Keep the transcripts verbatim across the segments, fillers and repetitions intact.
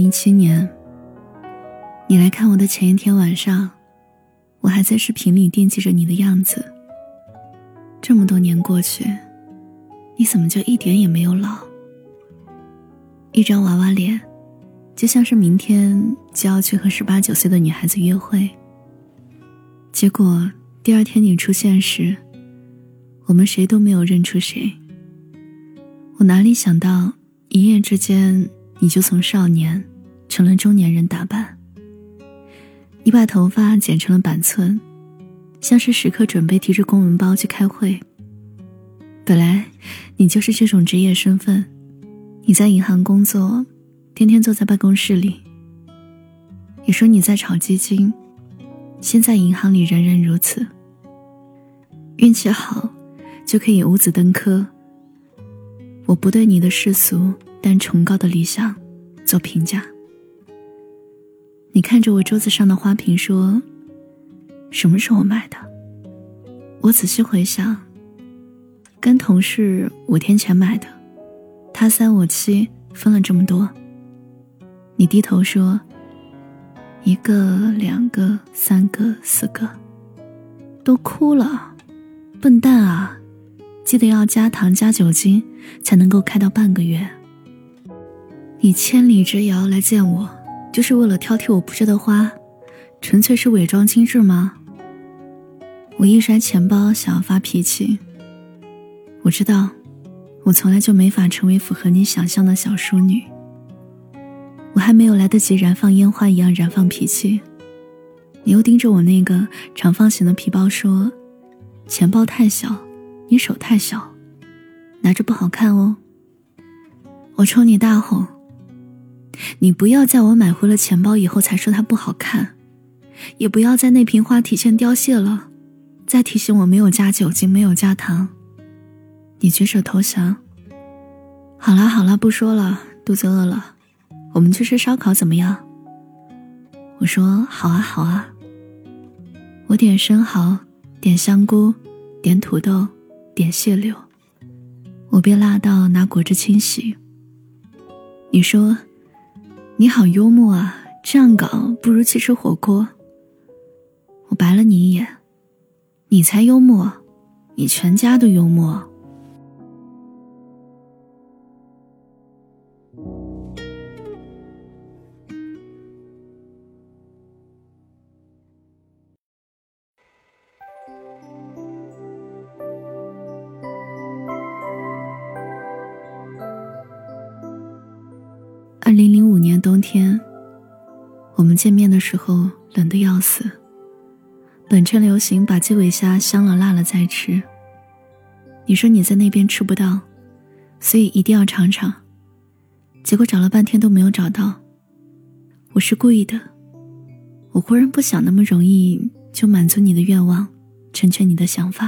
一七年，你来看我的前一天晚上，我还在视频里惦记着你的样子。这么多年过去，你怎么就一点也没有老？一张娃娃脸，就像是明天就要去和十八九岁的女孩子约会。结果第二天你出现时，我们谁都没有认出谁。我哪里想到一夜之间你就从少年成了中年人打扮。你把头发剪成了板寸，像是时刻准备提着公文包去开会。本来你就是这种职业身份，你在银行工作，天天坐在办公室里。你说你在炒基金，现在银行里人人如此。运气好就可以五子登科。我不对你的世俗但崇高的理想做评价。你看着我桌子上的花瓶说，什么时候买的？我仔细回想，跟同事五天前买的，他三我七，分了这么多。你低头说，一个两个三个四个，都哭了，笨蛋啊，记得要加糖加酒精才能够开到半个月。你千里之遥来见我，就是为了挑剔我布置的花，纯粹是伪装精致吗？我一摔钱包想要发脾气。我知道我从来就没法成为符合你想象的小淑女。我还没有来得及燃放烟花一样燃放脾气，你又盯着我那个长方形的皮包说，钱包太小，你手太小，拿着不好看哦。我冲你大吼，你不要在我买回了钱包以后才说它不好看，也不要在那瓶花体现凋谢了再提醒我没有加酒精没有加糖。你举手投降，好啦好啦，不说了，肚子饿了，我们去吃烧烤怎么样？我说好啊好啊。我点生蚝，点香菇，点土豆，点蟹柳，我别辣到拿果汁清洗。你说你好幽默啊，这样搞不如去吃火锅。我白了你一眼，你才幽默，你全家都幽默。二零零五年冬天，我们见面的时候冷得要死。本镇流行把鸡尾虾香了辣了再吃。你说你在那边吃不到，所以一定要尝尝。结果找了半天都没有找到。我是故意的，我忽然不想那么容易就满足你的愿望，成全你的想法。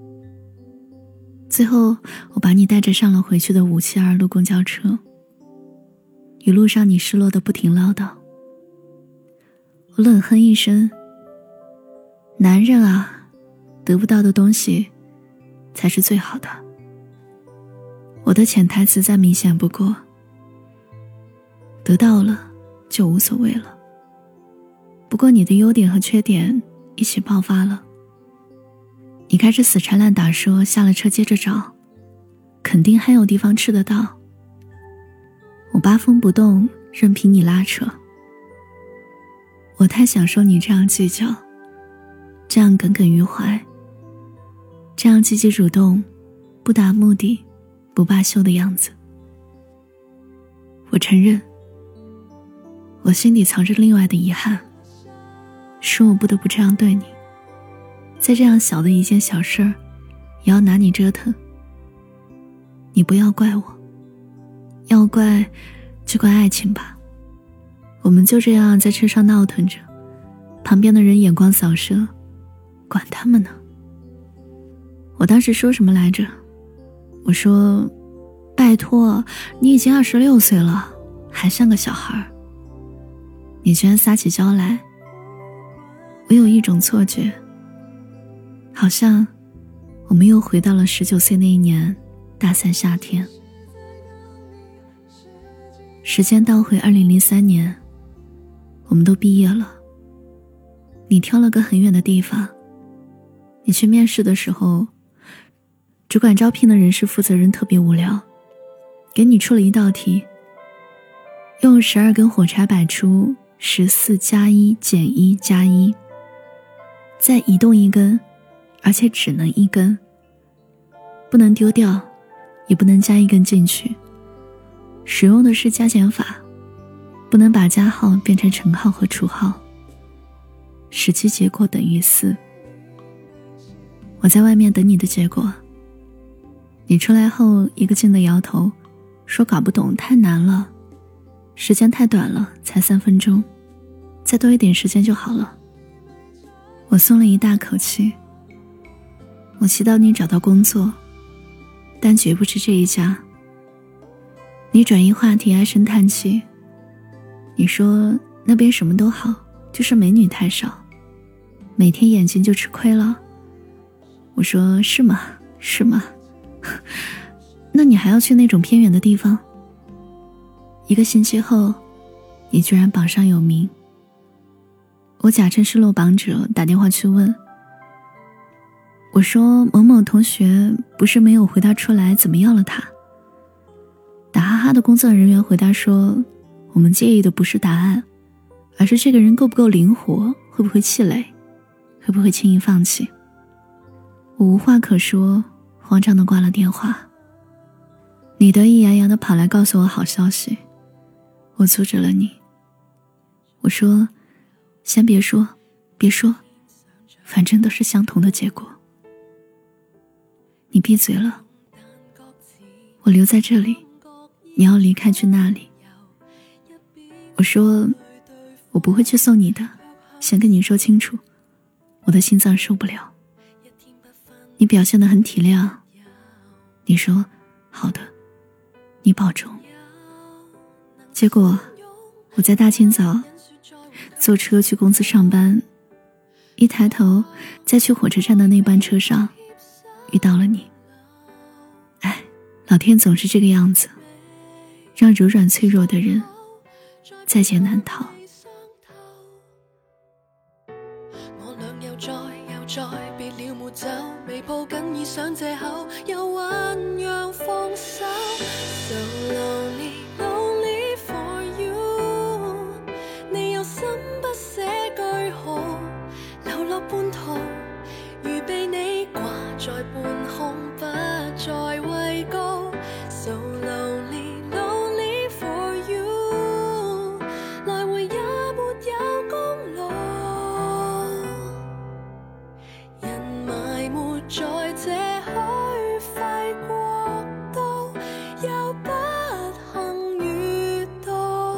最后我把你带着上了回去的五七二路公交车。一路上你失落的不停唠叨，我冷哼一声，男人啊，得不到的东西才是最好的。我的潜台词再明显不过，得到了就无所谓了。不过你的优点和缺点一起爆发了。你开始死缠烂打说下了车接着找，肯定还有地方吃得到。我八风不动，任凭你拉扯。我太享受你这样计较，这样耿耿于怀，这样积极主动，不达目的不罢休的样子。我承认，我心底藏着另外的遗憾，使我不得不这样对你，在这样小的一件小事儿也要拿你折腾。你不要怪我，要怪就怪爱情吧。我们就这样在车上闹腾着，旁边的人眼光扫射，管他们呢。我当时说什么来着？我说，拜托，你已经二十六岁了，还像个小孩。你居然撒起娇来。我有一种错觉，好像我们又回到了十九岁那一年大三夏天。 时间倒回二零零三年，我们都毕业了。你挑了个很远的地方，你去面试的时候，主管招聘的人事负责人特别无聊，给你出了一道题，用十二根火柴摆出十四加一减一加一，再移动一根，而且只能一根，不能丢掉，也不能加一根进去。使用的是加减法，不能把加号变成乘号和除号。实际结果等于四。我在外面等你的结果，你出来后一个劲的摇头，说搞不懂，太难了，时间太短了，才三分钟，再多一点时间就好了。我松了一大口气，我祈祷你找到工作，但绝不是这一家。你转移话题，唉声叹气，你说那边什么都好，就是美女太少，每天眼睛就吃亏了。我说是吗？是吗？那你还要去那种偏远的地方？一个星期后，你居然榜上有名。我假称是落榜者，打电话去问，我说某某同学不是没有回答出来，怎么要了他？打哈哈的工作人员回答说，我们介意的不是答案，而是这个人够不够灵活，会不会气馁，会不会轻易放弃。我无话可说，慌张地挂了电话。你得意洋洋地跑来告诉我好消息，我阻止了你。我说先别说，别说，反正都是相同的结果。你闭嘴了，我留在这里，你要离开去那里。我说我不会去送你的，先跟你说清楚，我的心脏受不了。你表现得很体谅，你说好的，你保重。结果我在大清早坐车去公司上班，一抬头在去火车站的那班车上遇到了你。哎，老天总是这个样子，让柔软脆弱的人在劫难逃。 我俩又再又再别了没走，未抱紧已想借口，又还让放手。So lonely lonely for you， 你有心不寫句號，流落半途，如被你掛在半空，不再畏高。So lonely lonely for you， 來回也沒有公路，人埋沒在這虛廢國度，又不幸遇到，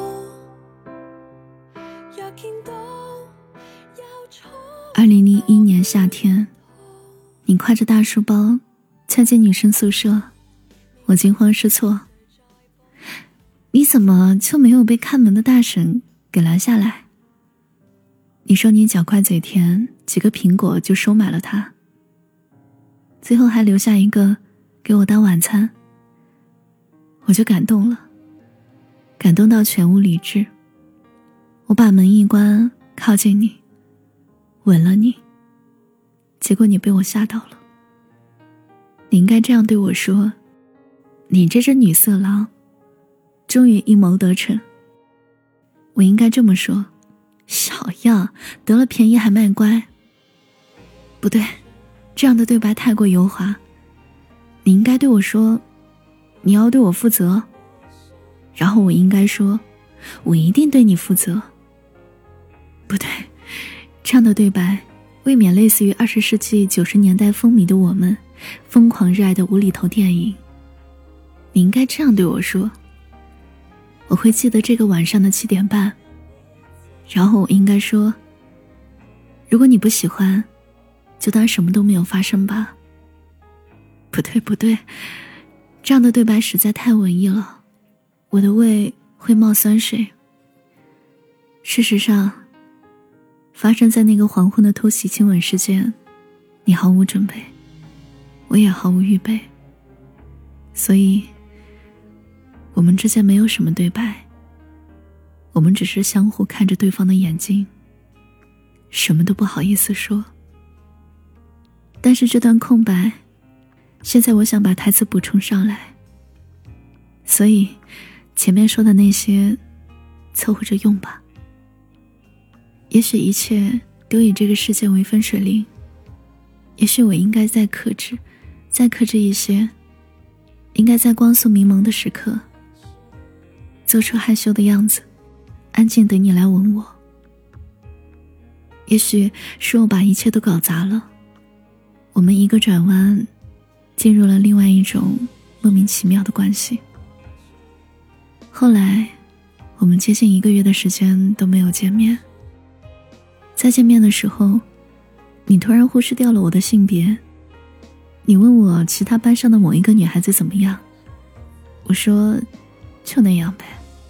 若見到又錯。 二零零一年夏天，你挎着大书包窜进女生宿舍，我惊慌失措。你怎么就没有被看门的大婶给拦下来？你说你脚快嘴甜，几个苹果就收买了他，最后还留下一个给我当晚餐。我就感动了，感动到全无理智。我把门一关，靠近你，吻了你，结果你被我吓到了。你应该这样对我说，你这只女色狼，终于阴谋得逞。我应该这么说，小样，得了便宜还卖乖。不对，这样的对白太过油滑。你应该对我说，你要对我负责。然后我应该说，我一定对你负责。不对，这样的对白未免类似于二十世纪九十年代风靡的我们疯狂热爱的无厘头电影。你应该这样对我说，我会记得这个晚上的七点半。然后我应该说，如果你不喜欢，就当什么都没有发生吧。不对不对，这样的对白实在太文艺了，我的胃会冒酸水。事实上，发生在那个黄昏的偷袭亲吻事件，你毫无准备，我也毫无预备，所以我们之间没有什么对白， 我们只是相互看着对方的眼睛，什么都不好意思说。但是这段空白，现在我想把台词补充上来，所以前面说的那些凑合着用吧。也许一切都以这个世界为分水岭，也许我应该再克制再克制一些，应该在光速迷蒙的时刻做出害羞的样子，安静等你来吻我。也许是我把一切都搞砸了，我们一个转弯进入了另外一种莫名其妙的关系。后来我们接近一个月的时间都没有见面，再见面的时候，你突然忽视掉了我的性别，你问我其他班上的某一个女孩子怎么样，我说就那样呗。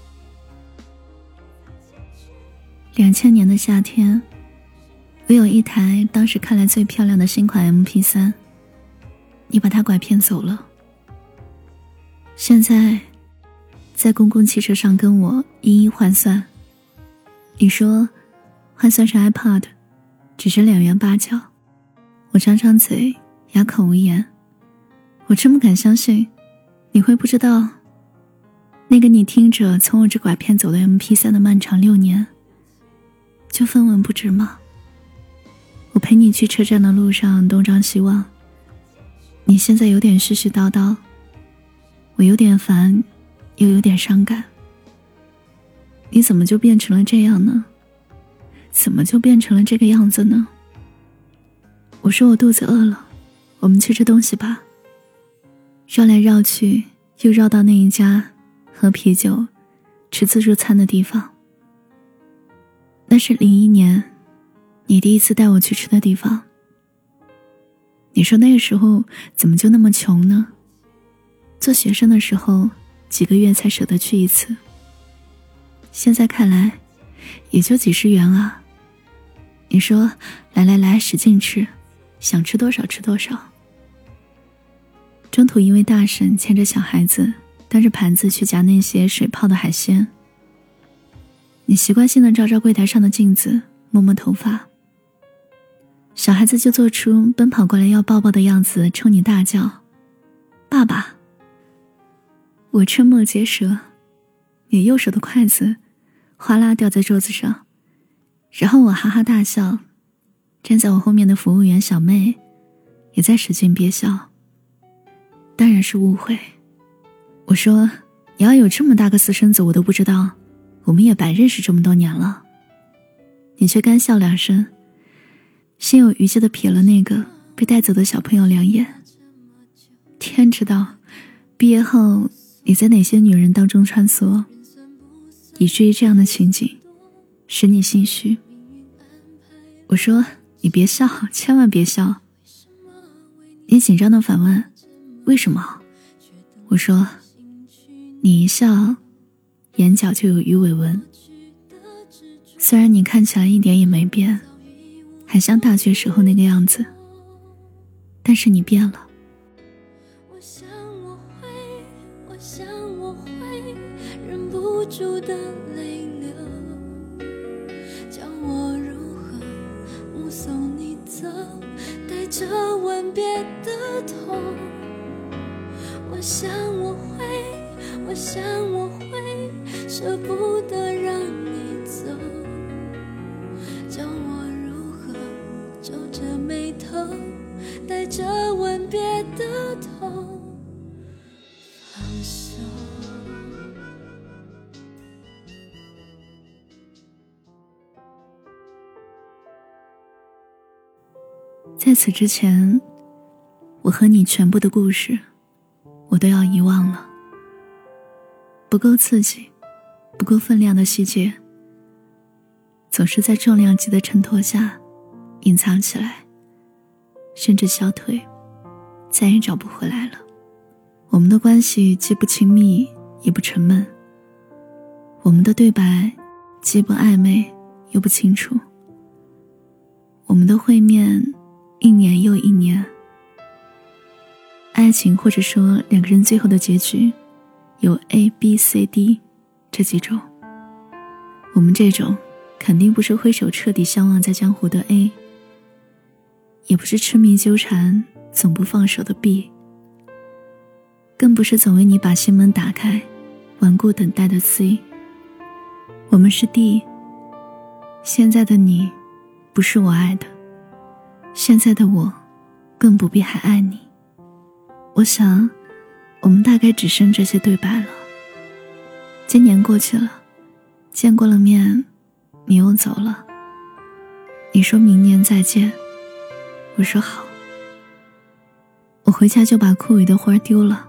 两千年的夏天，我有一台当时看来最漂亮的新款 M P 三， 你把它拐骗走了。现在在公共汽车上跟我一一换算，你说换算成 iPod 只是两元八角，我张张嘴哑口无言。我真不敢相信你会不知道那个你听着从我这拐骗走的 M P 三 的漫长六年就分文不值吗？我陪你去车站的路上东张西望，你现在有点絮絮叨叨，我有点烦又有点伤感。你怎么就变成了这样呢？怎么就变成了这个样子呢？我说我肚子饿了，我们去吃东西吧。绕来绕去又绕到那一家喝啤酒吃自助餐的地方。那是零一年你第一次带我去吃的地方。你说那个时候怎么就那么穷呢？做学生的时候几个月才舍得去一次，现在看来也就几十元啊。你说来来来使劲吃，想吃多少吃多少。中途一位大婶牵着小孩子端着盘子去夹那些水泡的海鲜，你习惯性地照照柜台上的镜子，摸摸头发，小孩子就做出奔跑过来要抱抱的样子，冲你大叫爸爸。我瞠目结舌，你右手的筷子哗啦掉在桌子上，然后我哈哈大笑，站在我后面的服务员小妹也在使劲憋笑。当然是误会，我说你要有这么大个私生子我都不知道，我们也白认识这么多年了。你却干笑两声，心有余悸地瞥了那个被带走的小朋友两眼。天知道毕业后你在哪些女人当中穿梭，以至于这样的情景使你心虚。我说你别笑，千万别笑。你紧张地反问为什么？我说你一笑眼角就有鱼尾纹，虽然你看起来一点也没变，还像大学时候那个样子，但是你变了。 我想我会，我想我会忍不住的泪流，教我如何目送你走，带着吻别的痛。我想我会，我想我会舍不得让你走，教我如何皱着眉头，带着吻别的痛放手。 在此之前，我和你全部的故事我都要遗忘了。不够刺激，不够分量的细节，总是在重量级的衬托下隐藏起来，甚至消退，再也找不回来了。我们的关系既不亲密也不沉闷，我们的对白既不暧昧又不清楚，我们的会面一年又一年。爱情或者说两个人最后的结局有 A B C D 这几种， 我们这种肯定不是挥手彻底相忘在江湖的 A， 也不是痴迷纠缠总不放手的 B， 更不是总为你把心门打开顽固等待的 C。 我们是 D， 现在的你不是我爱的，现在的我更不必还爱你。我想我们大概只剩这些对白了。今年过去了，见过了面，你又走了。你说明年再见，我说好。我回家就把枯萎的花丢了，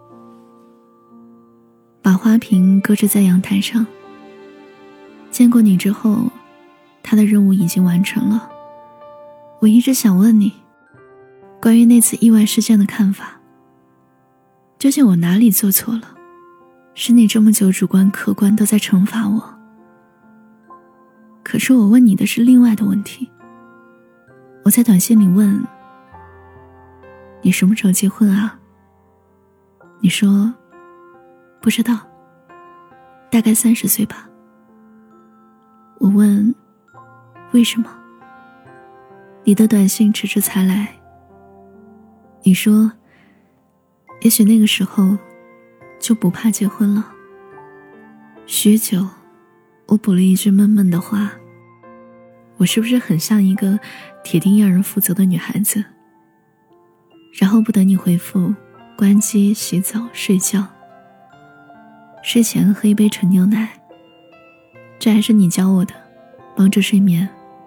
把花瓶搁置在阳台上。见过你之后，他的任务已经完成了。我一直想问你，关于那次意外事件的看法，究竟我哪里做错了？是你这么久主观客观都在惩罚我。可是我问你的是另外的问题。我在短信里问你什么时候结婚啊？你说不知道，大概三十岁吧。我问为什么？你的短信迟迟才来。你说也许那个时候就不怕结婚了。许久，我补了一句闷闷的话。我是不是很像一个铁定要人负责的女孩子？然后不等你回复，关机、洗澡、睡觉。睡前喝一杯纯牛奶，这还是你教我的，帮助睡眠。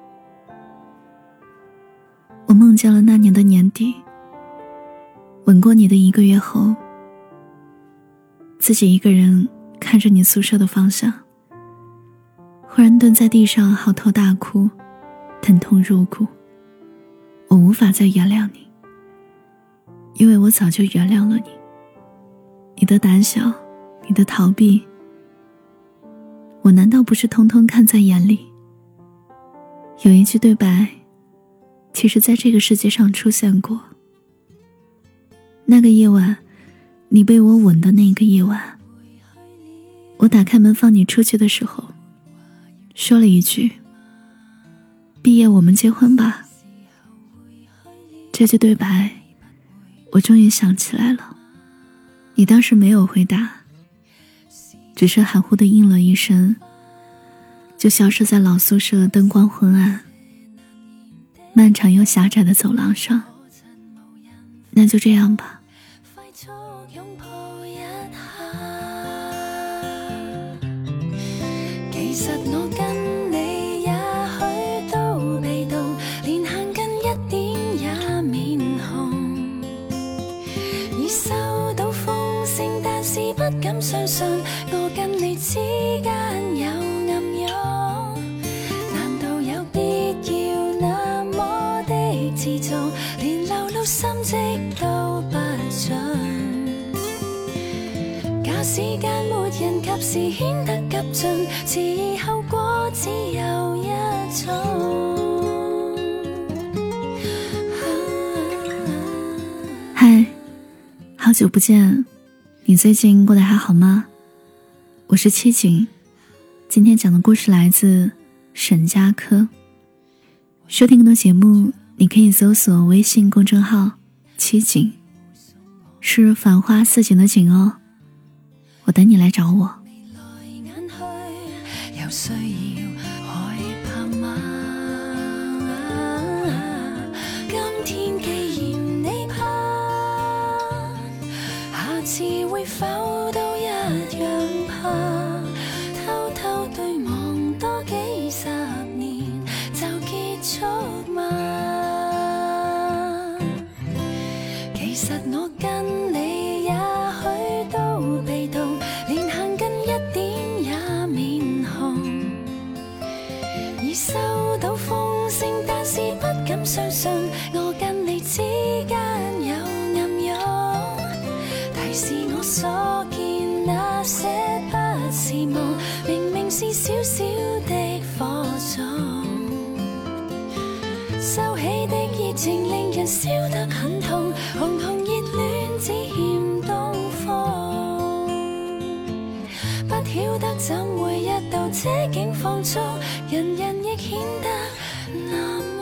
我梦见了那年的年底，吻过你的一个月后，自己一个人看着你宿舍的方向，忽然蹲在地上嚎啕大哭，疼痛入骨。我无法再原谅你，因为我早就原谅了你。你的胆小，你的逃避，我难道不是通通看在眼里？有一句对白，其实在这个世界上出现过。那个夜晚，你被我吻的那个夜晚，我打开门放你出去的时候，说了一句：毕业我们结婚吧。这句对白，我终于想起来了。你当时没有回答，只是含糊地应了一声，就消失在老宿舍灯光昏暗、漫长又狭窄的走廊上。那就这样吧。 其實我跟你也許都被動，連行近一點也面紅。已收到風聲，但是不敢相信我跟你之間有暗湧。難道有必要那麼的自造，連流露心跡都不準？假時間沒人及時顯得急進，遲疑後果只有一種。 嗨，好久不见，你最近过得还好吗？我是七景，今天讲的故事来自沈佳柯。收听更多节目，你可以搜索微信公众号七景，是繁花似锦的景哦。我等你来找我。 有需要害怕嗎？今天既然你怕，下次會否都一樣怕？偷偷對望多幾十年就結束嗎？其實我跟你也許都被動，連行近一點也面紅。已收到風聲，但是不敢相信我跟你之間有暗湧。提示我所見那些不是夢，明明是小小的火種。收起的熱情令人燒得很痛，紅紅熱戀只欠東風。不曉曉得怎會一到這境放縱，人人亦顯得那麼